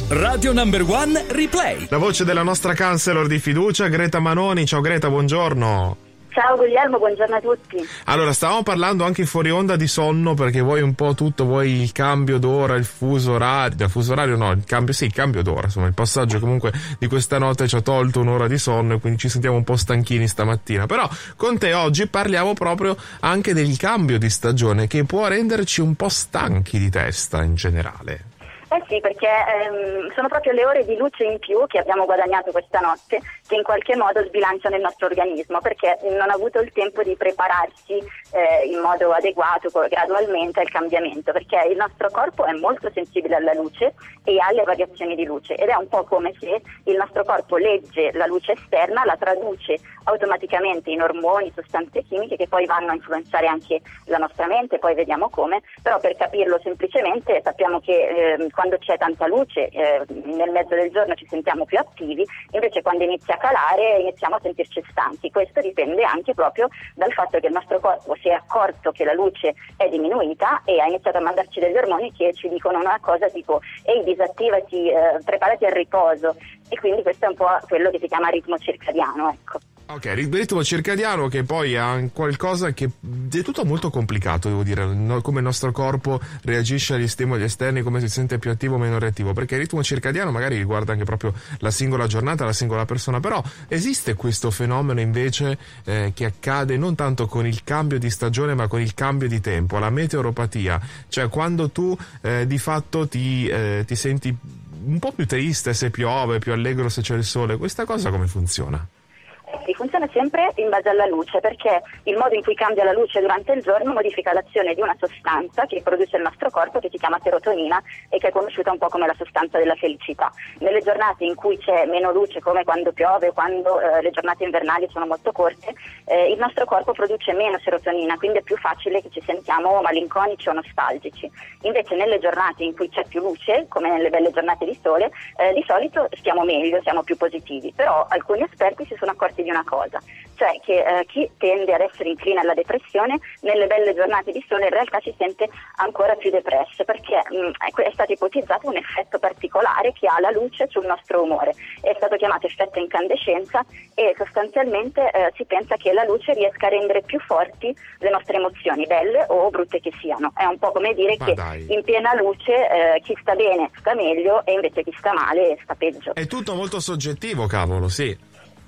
Radio Number One Replay. La voce della nostra counselor di fiducia, Greta Manoni. Ciao Greta, buongiorno. Ciao Guglielmo, buongiorno a tutti. Allora, stavamo parlando anche fuori onda di sonno, perché vuoi un po' tutto, vuoi il cambio d'ora, il fuso orario no, il cambio d'ora, insomma, il passaggio comunque di questa notte ci ha tolto un'ora di sonno e quindi ci sentiamo un po' stanchini stamattina. Però con te oggi parliamo proprio anche del cambio di stagione, che può renderci un po' stanchi di testa in generale. Eh sì, perché sono proprio le ore di luce in più che abbiamo guadagnato questa notte che in qualche modo sbilanciano il nostro organismo, perché non ha avuto il tempo di prepararsi in modo adeguato, gradualmente al cambiamento, perché il nostro corpo è molto sensibile alla luce e alle variazioni di luce, ed è un po' come se il nostro corpo legge la luce esterna, la traduce automaticamente in ormoni, sostanze chimiche che poi vanno a influenzare anche la nostra mente, poi vediamo come. Però per capirlo semplicemente sappiamo che quando c'è tanta luce nel mezzo del giorno ci sentiamo più attivi, invece quando inizia a calare iniziamo a sentirci stanchi. Questo dipende anche proprio dal fatto che il nostro corpo si è accorto che la luce è diminuita e ha iniziato a mandarci degli ormoni che ci dicono una cosa tipo ehi, disattivati, preparati al riposo, e quindi questo è un po' quello che si chiama ritmo circadiano, ecco. Ok, il ritmo circadiano, che poi ha qualcosa che è tutto molto complicato, devo dire, come il nostro corpo reagisce agli stimoli esterni, come si sente più attivo o meno reattivo, perché il ritmo circadiano magari riguarda anche proprio la singola giornata, la singola persona, però esiste questo fenomeno invece che accade non tanto con il cambio di stagione ma con il cambio di tempo, la meteoropatia, cioè quando tu di fatto ti senti un po' più triste se piove, più allegro se c'è il sole, questa cosa come funziona? Sì, funziona sempre in base alla luce, perché il modo in cui cambia la luce durante il giorno modifica l'azione di una sostanza che produce il nostro corpo, che si chiama serotonina e che è conosciuta un po' come la sostanza della felicità. Nelle giornate in cui c'è meno luce, come quando piove, quando le giornate invernali sono molto corte, il nostro corpo produce meno serotonina, quindi è più facile che ci sentiamo malinconici o nostalgici. Invece nelle giornate in cui c'è più luce, come nelle belle giornate di sole, di solito stiamo meglio, siamo più positivi. Però alcuni esperti si sono accorti di una cosa, cioè che chi tende ad essere incline alla depressione nelle belle giornate di sole in realtà si sente ancora più depresso, perché è stato ipotizzato un effetto particolare che ha la luce sul nostro umore. È stato chiamato effetto incandescenza e sostanzialmente si pensa che la luce riesca a rendere più forti le nostre emozioni, belle o brutte che siano. È un po' come dire in piena luce chi sta bene sta meglio e invece chi sta male sta peggio. È tutto molto soggettivo, cavolo, sì.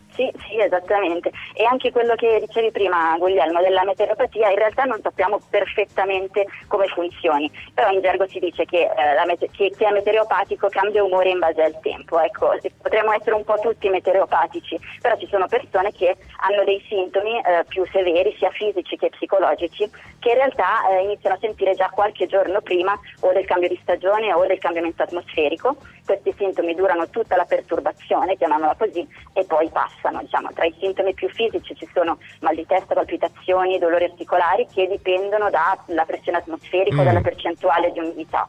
Sì, esattamente. E anche quello che dicevi prima, Guglielmo, della meteoropatia, in realtà non sappiamo perfettamente come funzioni, però in gergo si dice che chi è meteoropatico cambia umore in base al tempo. Ecco, potremmo essere un po' tutti meteoropatici, però ci sono persone che hanno dei sintomi più severi, sia fisici che psicologici, che in realtà iniziano a sentire già qualche giorno prima o del cambio di stagione o del cambiamento atmosferico. Questi sintomi durano tutta la perturbazione, chiamiamola così, e poi passano. Diciamo, tra i sintomi più fisici ci sono mal di testa, palpitazioni, dolori articolari che dipendono dalla pressione atmosferica o dalla percentuale di umidità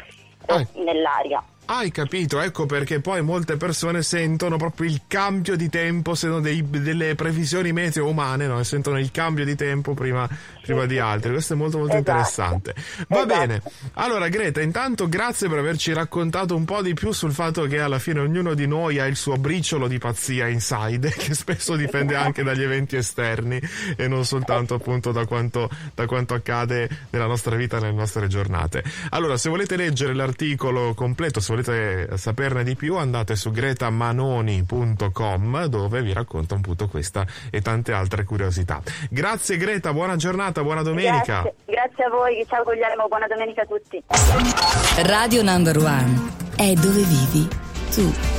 nell'aria. Hai capito, ecco perché poi molte persone sentono proprio il cambio di tempo, sentono delle previsioni meteo umane, no? Sentono il cambio di tempo prima di altri. Questo è molto molto interessante. Va bene, allora Greta, intanto grazie per averci raccontato un po' di più sul fatto che alla fine ognuno di noi ha il suo briciolo di pazzia inside, che spesso dipende anche dagli eventi esterni e non soltanto appunto da quanto accade nella nostra vita, nelle nostre giornate. Allora, se volete leggere l'articolo completo, se volete saperne di più, andate su gretamanoni.com, dove vi racconto appunto questa e tante altre curiosità. Grazie Greta, buona giornata, buona domenica. Grazie a voi, ciao Guglielmo, buona domenica a tutti. Radio Number One è dove vivi tu.